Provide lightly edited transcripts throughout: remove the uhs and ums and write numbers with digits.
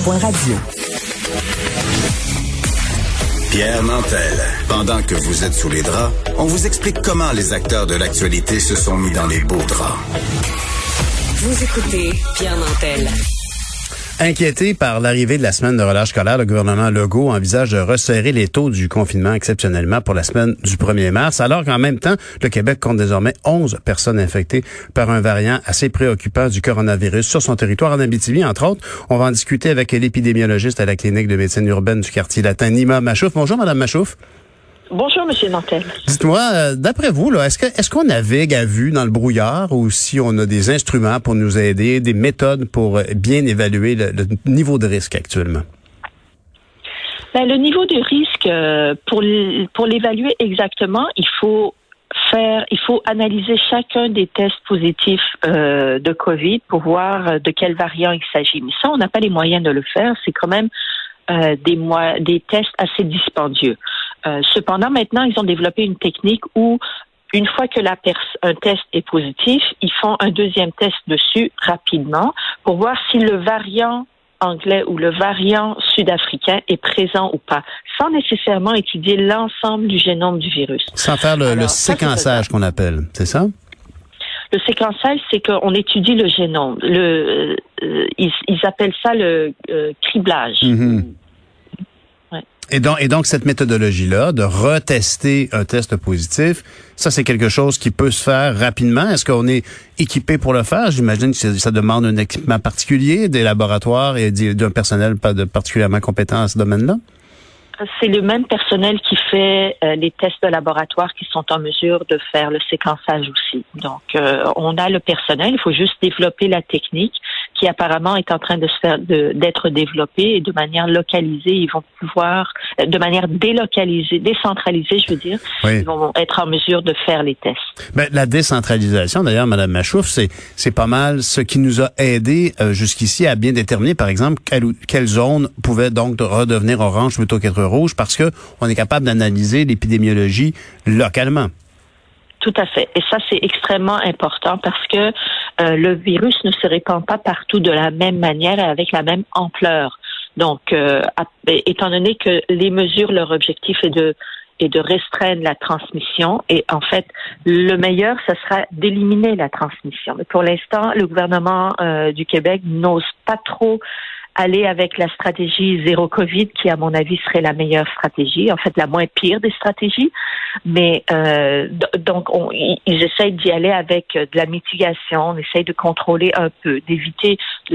cube.radio. Pierre Nantel. Pendant que vous êtes sous les draps, on vous explique comment les acteurs de l'actualité se sont mis dans les beaux draps. Vous écoutez Pierre Nantel. Inquiété par l'arrivée de la semaine de relâche scolaire, le gouvernement Legault envisage de resserrer les taux du confinement exceptionnellement pour la semaine du 1er mars, alors qu'en même temps, le Québec compte désormais 11 personnes infectées par un variant assez préoccupant du coronavirus sur son territoire en Abitibi, entre autres. On va en discuter avec l'épidémiologiste à la clinique de médecine urbaine du quartier latin, Nima Machouf. Bonjour, Madame Machouf. Bonjour, Monsieur Nantel. Dites-moi, d'après vous, là, est-ce qu'on navigue à vue dans le brouillard ou si on a des instruments pour nous aider, des méthodes pour bien évaluer le niveau de risque actuellement? Le niveau de risque, pour l'évaluer exactement, il faut analyser chacun des tests positifs de COVID pour voir de quel variant il s'agit. Mais ça, on n'a pas les moyens de le faire. C'est quand même des tests assez dispendieux. Cependant, maintenant, ils ont développé une technique où, une fois que un test est positif, ils font un deuxième test dessus rapidement pour voir si le variant anglais ou le variant sud-africain est présent ou pas, sans nécessairement étudier l'ensemble du génome du virus. Sans faire le séquençage qu'on appelle, c'est ça? Le séquençage, c'est qu'on étudie le génome. Ils appellent ça le criblage. Mm-hmm. Et donc, cette méthodologie-là, de retester un test positif, ça, c'est quelque chose qui peut se faire rapidement. Est-ce qu'on est équipé pour le faire? J'imagine que ça demande un équipement particulier, des laboratoires et d'un personnel pas particulièrement compétent à ce domaine-là? C'est le même personnel qui fait les tests de laboratoire qui sont en mesure de faire le séquençage aussi. Donc, on a le personnel, il faut juste développer la technique qui apparemment est en train d'être développée et de manière localisée, ils vont pouvoir, de manière décentralisée, je veux dire, oui. Ils vont être en mesure de faire les tests. La décentralisation, d'ailleurs, Madame Machouf, c'est pas mal ce qui nous a aidé jusqu'ici à bien déterminer, par exemple, quelle zone pouvait donc redevenir orange plutôt qu'être rouge, parce que on est capable d'analyser l'épidémiologie localement. Tout à fait. Et ça, c'est extrêmement important parce que le virus ne se répand pas partout de la même manière et avec la même ampleur. Donc, étant donné que les mesures, leur objectif est de restreindre la transmission. Et en fait, le meilleur, ce sera d'éliminer la transmission. Mais pour l'instant, le gouvernement du Québec n'ose pas trop aller avec la stratégie zéro COVID, qui, à mon avis, serait la meilleure stratégie, en fait, la moins pire des stratégies. Mais donc, ils essayent d'y aller avec de la mitigation, on essaye de contrôler un peu, d'éviter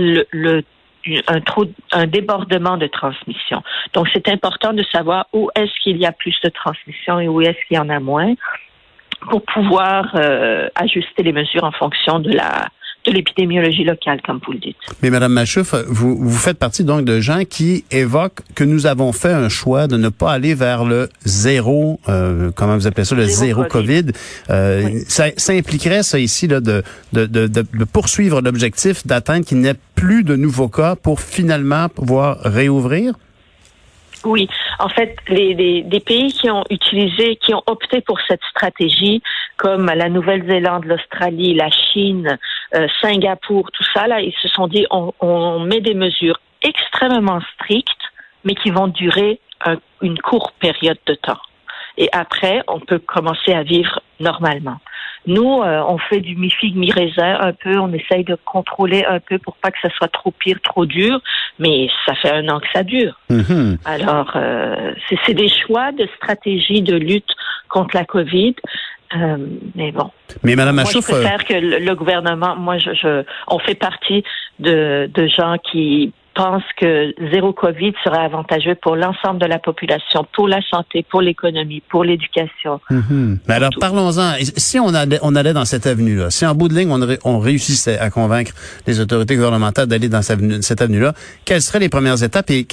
un débordement de transmission. Donc, c'est important de savoir où est-ce qu'il y a plus de transmission et où est-ce qu'il y en a moins pour pouvoir ajuster les mesures en fonction de l'épidémiologie locale, comme vous le dites. Mais Madame Machouf, vous faites partie donc de gens qui évoquent que nous avons fait un choix de ne pas aller vers le zéro, comment vous appelez ça, le zéro COVID. Oui. Ça impliquerait ça ici là de poursuivre l'objectif d'atteindre qu'il n'y ait plus de nouveaux cas pour finalement pouvoir réouvrir? Oui, en fait, des pays qui ont opté pour cette stratégie, comme la Nouvelle-Zélande, l'Australie, la Chine, Singapour, tout ça, là, ils se sont dit, on met des mesures extrêmement strictes, mais qui vont durer une courte période de temps. Et après, on peut commencer à vivre normalement. Nous, on fait du mi-figue, mi-raisin un peu, on essaye de contrôler un peu pour pas que ça soit trop pire, trop dur, mais ça fait 1 an que ça dure. Mm-hmm. Alors, c'est des choix de stratégie de lutte contre la COVID. Mais bon. Mais Madame Machouf, moi, je préfère que le gouvernement, on fait partie de gens qui pensent que zéro COVID serait avantageux pour l'ensemble de la population, pour la santé, pour l'économie, pour l'éducation. Mm-hmm. Mais alors, parlons-en. Si on allait dans cette avenue-là, si en bout de ligne, on réussissait à convaincre les autorités gouvernementales d'aller dans cette avenue-là, quelles seraient les premières étapes et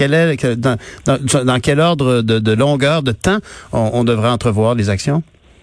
dans quel ordre de longueur de temps on devrait entrevoir les actions?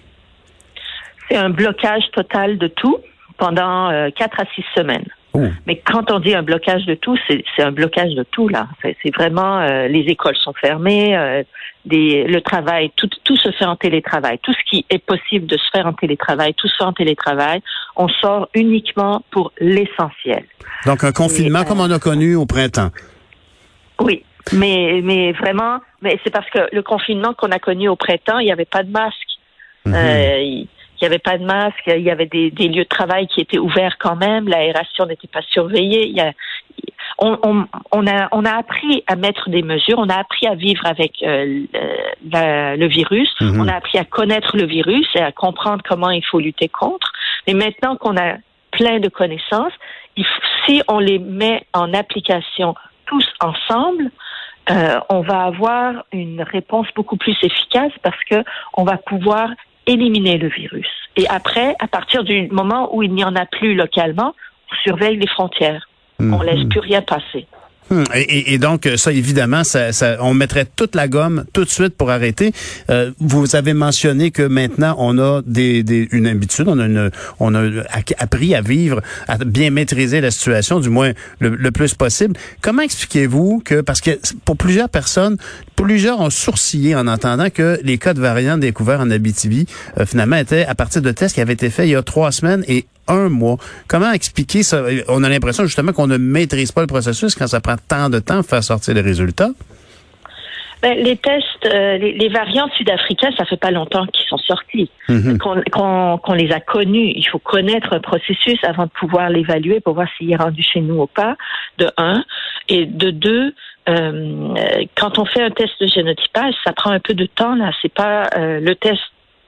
C'est un blocage total de tout pendant 4 à 6 semaines. Mais quand on dit un blocage de tout, c'est un blocage de tout, là. C'est vraiment, les écoles sont fermées, le travail, tout se fait en télétravail. Tout ce qui est possible de se faire en télétravail, tout se fait en télétravail. On sort uniquement pour l'essentiel. Donc, un confinement comme on a connu au printemps. Oui, mais vraiment, mais c'est parce que le confinement qu'on a connu au printemps, il n'y avait pas de masque. Il n'y avait pas de masque, il y avait des lieux de travail qui étaient ouverts quand même, l'aération n'était pas surveillée. On a appris à mettre des mesures, on a appris à vivre avec le virus, on a appris à connaître le virus et à comprendre comment il faut lutter contre. Mais maintenant qu'on a plein de connaissances, si on les met en application tous ensemble, on va avoir une réponse beaucoup plus efficace parce que on va pouvoir éliminer le virus. Et après, à partir du moment où il n'y en a plus localement, on surveille les frontières. On laisse plus rien passer. Et donc, ça, évidemment, on mettrait toute la gomme tout de suite pour arrêter. Vous avez mentionné que maintenant, on a une habitude, on a appris à vivre, à bien maîtriser la situation, du moins le plus possible. Comment expliquez-vous que, parce que pour plusieurs personnes, plusieurs ont sourcillé en entendant que les cas de variants découverts en Abitibi, finalement, étaient à partir de tests qui avaient été faits il y a 3 semaines et 1 mois. Comment expliquer ça? On a l'impression justement qu'on ne maîtrise pas le processus quand ça prend tant de temps pour faire sortir les résultats. Ben, les tests, les variants sud-africains, ça fait pas longtemps qu'ils sont sortis, qu'on les a connus. Il faut connaître un processus avant de pouvoir l'évaluer pour voir s'il est rendu chez nous ou pas, de 1. Et de 2, quand on fait un test de génotypage, ça prend un peu de temps, là. C'est pas le test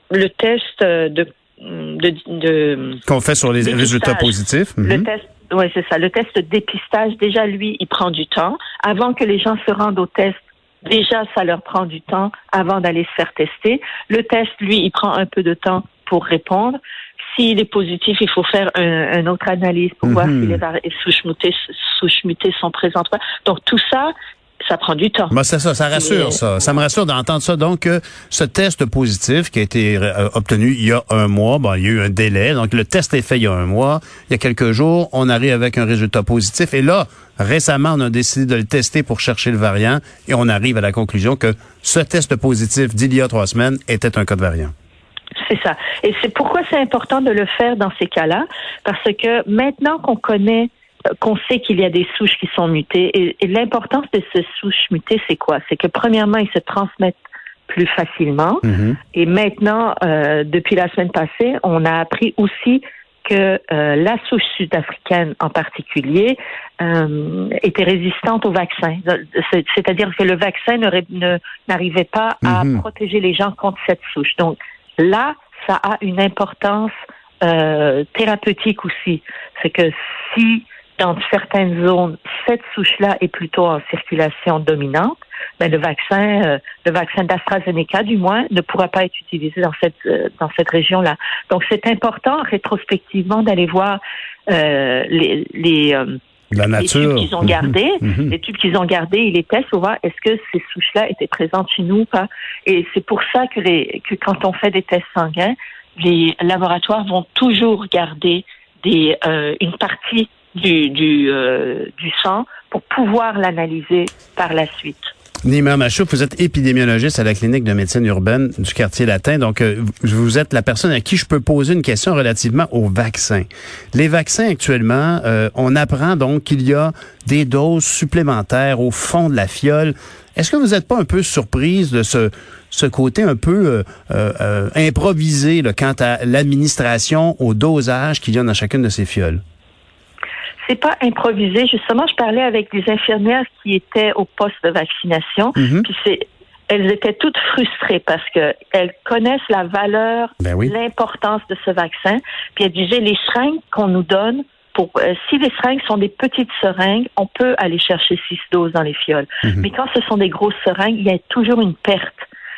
qu'on fait sur les résultats positifs. Le test, ouais, c'est ça. Le test de dépistage, déjà, lui, il prend du temps. Avant que les gens se rendent au test, déjà, ça leur prend du temps avant d'aller se faire tester. Le test, lui, il prend un peu de temps pour répondre. S'il est positif, il faut faire une autre analyse pour voir si les souches mutées sont présentes. Donc, tout ça, ça prend du temps. Ben, c'est ça, ça rassure, ça. Ça me rassure d'entendre ça. Donc, ce test positif qui a été obtenu il y a 1 mois, il y a eu un délai. Donc, le test est fait il y a 1 mois. Il y a quelques jours, on arrive avec un résultat positif. Et là, récemment, on a décidé de le tester pour chercher le variant. Et on arrive à la conclusion que ce test positif d'il y a 3 semaines était un cas de variant. C'est ça. Et c'est pourquoi c'est important de le faire dans ces cas-là. Parce que maintenant qu'on sait qu'il y a des souches qui sont mutées. Et l'importance de ces souches mutées, c'est quoi? C'est que premièrement, ils se transmettent plus facilement. Et maintenant, depuis la semaine passée, on a appris aussi que la souche sud-africaine en particulier était résistante au vaccin. C'est-à-dire que le vaccin n'arrivait pas à protéger les gens contre cette souche. Donc là, ça a une importance thérapeutique aussi. C'est que si dans certaines zones, cette souche-là est plutôt en circulation dominante, mais le vaccin d'AstraZeneca, du moins, ne pourra pas être utilisé dans cette région-là. Donc, c'est important, rétrospectivement, d'aller voir les tubes qu'ils ont gardés, les tubes qu'ils ont gardés, et les tests pour voir est-ce que ces souches-là étaient présentes chez nous ou pas. Et c'est pour ça que quand on fait des tests sanguins, les laboratoires vont toujours garder une partie du sang pour pouvoir l'analyser par la suite. Nima Machouf, vous êtes épidémiologiste à la clinique de médecine urbaine du quartier latin. Donc, vous êtes la personne à qui je peux poser une question relativement aux vaccins. Les vaccins, actuellement, on apprend donc qu'il y a des doses supplémentaires au fond de la fiole. Est-ce que vous n'êtes pas un peu surprise de ce côté un peu improvisé là, quant à l'administration, au dosage qu'il y a dans chacune de ces fioles? C'est pas improvisé. Justement, je parlais avec des infirmières qui étaient au poste de vaccination. Puis elles étaient toutes frustrées parce que elles connaissent la valeur, l'importance de ce vaccin. Puis elles disaient les seringues qu'on nous donne, si les seringues sont des petites seringues, on peut aller chercher 6 doses dans les fioles. Mais quand ce sont des grosses seringues, il y a toujours une perte.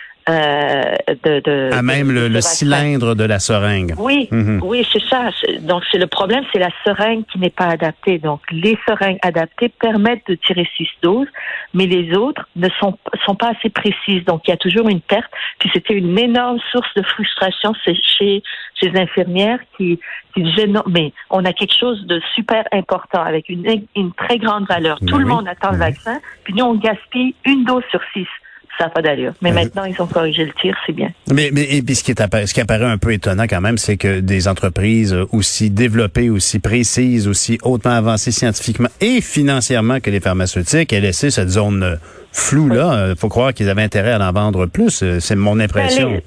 Même le cylindre de la seringue. Oui, oui, c'est ça. Donc, c'est le problème, c'est la seringue qui n'est pas adaptée. Donc, les seringues adaptées permettent de tirer 6 doses, mais les autres ne sont pas assez précises. Donc, il y a toujours une perte. Puis, c'était une énorme source de frustration chez ces infirmières qui disaient non, mais on a quelque chose de super important avec une très grande valeur. Tout le monde attend le vaccin, puis nous, on gaspille 1 dose sur 6. ça n'a pas d'allure. Mais maintenant, ils ont corrigé le tir, c'est bien. Mais et puis ce qui apparaît un peu étonnant quand même, c'est que des entreprises aussi développées, aussi précises, aussi hautement avancées scientifiquement et financièrement que les pharmaceutiques aient laissé cette zone floue-là. Faut croire qu'ils avaient intérêt à en vendre plus. C'est mon impression.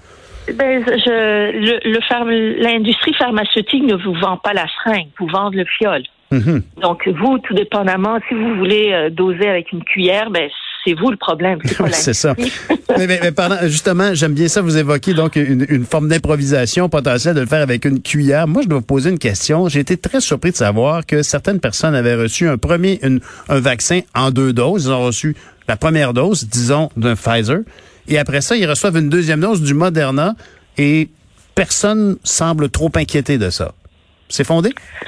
L'industrie pharmaceutique ne vous vend pas la seringue, vous vend le fiole. Mm-hmm. Donc, vous, tout dépendamment, si vous voulez doser avec une cuillère, c'est vous le problème. C'est ça. mais pardon, justement, j'aime bien ça, vous évoquez donc une forme d'improvisation potentielle de le faire avec une cuillère. Moi, je dois vous poser une question. J'ai été très surpris de savoir que certaines personnes avaient reçu un vaccin en 2 doses. Ils ont reçu la première dose, disons, d'un Pfizer. Et après ça, ils reçoivent une deuxième dose du Moderna et personne semble trop inquiété de ça. C'est fondé?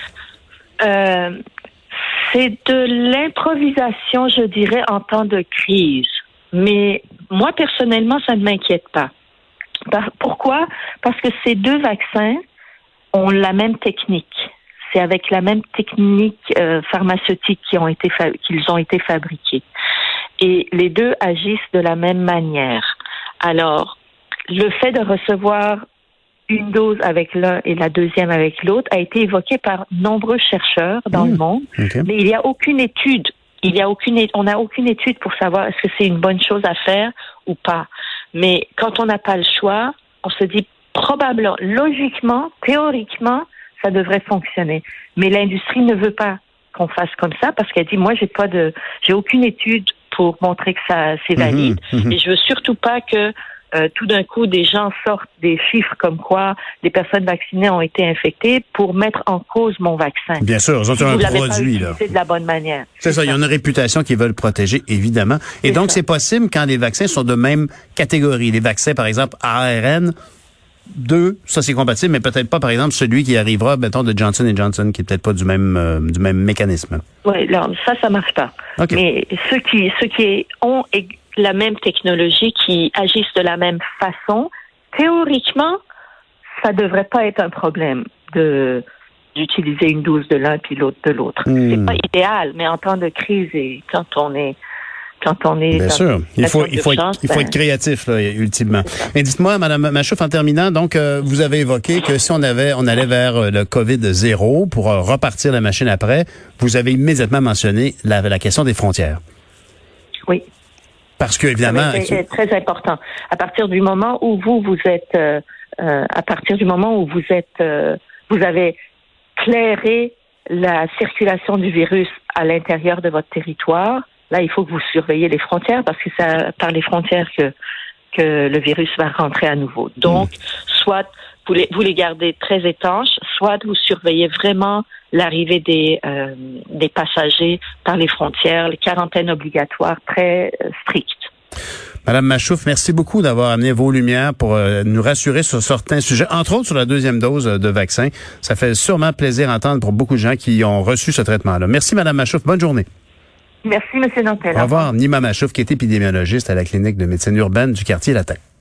C'est de l'improvisation, je dirais, en temps de crise. Mais moi, personnellement, ça ne m'inquiète pas. Pourquoi? Parce que ces 2 vaccins ont la même technique. C'est avec la même technique pharmaceutique qu'ils ont été fabriqués. Et les 2 agissent de la même manière. Alors, le fait de recevoir une dose avec l'un et la deuxième avec l'autre a été évoqué par nombreux chercheurs dans le monde, okay. Mais il n'y a aucune étude. On n'a aucune étude pour savoir est-ce que c'est une bonne chose à faire ou pas. Mais quand on n'a pas le choix, on se dit probablement, logiquement, théoriquement, ça devrait fonctionner. Mais l'industrie ne veut pas qu'on fasse comme ça parce qu'elle dit moi j'ai aucune étude pour montrer que ça c'est valide et je veux surtout pas que tout d'un coup, des gens sortent des chiffres comme quoi des personnes vaccinées ont été infectées pour mettre en cause mon vaccin. Bien sûr, ils ont un produit là. C'est de la bonne manière. C'est ça, il y a une réputation qu'ils veulent protéger, évidemment. Et donc, c'est possible quand les vaccins sont de même catégorie. Les vaccins, par exemple, ARN, 2, ça c'est compatible, mais peut-être pas, par exemple, celui qui arrivera, mettons, de Johnson & Johnson, qui est peut-être pas du même mécanisme. Oui, ça marche pas. Okay. Mais ceux qui ont la même technologie, qui agissent de la même façon, théoriquement, ça devrait pas être un problème d'utiliser une dose de l'un puis l'autre de l'autre. C'est pas idéal, mais en temps de crise et quand on est bien sûr, il faut être créatif là, ultimement. Mais dites-moi, Madame Mashouf, en terminant, donc vous avez évoqué que si on allait vers le COVID-0 pour repartir la machine après, vous avez immédiatement mentionné la question des frontières. Oui. Parce que évidemment, c'est très important. À partir du moment où vous avez clairé la circulation du virus à l'intérieur de votre territoire, là, il faut que vous surveillez les frontières parce que c'est par les frontières que le virus va rentrer à nouveau. Donc, soit vous les gardez très étanches, soit vous surveillez vraiment l'arrivée des passagers par les frontières, les quarantaines obligatoires très strictes. Madame Mashouf, merci beaucoup d'avoir amené vos lumières pour nous rassurer sur certains sujets, entre autres sur la deuxième dose de vaccin. Ça fait sûrement plaisir à entendre pour beaucoup de gens qui ont reçu ce traitement-là. Merci, Madame Mashouf. Bonne journée. Merci, M. Nantel. Au revoir. Nima Mashouf, qui est épidémiologiste à la clinique de médecine urbaine du quartier Latin.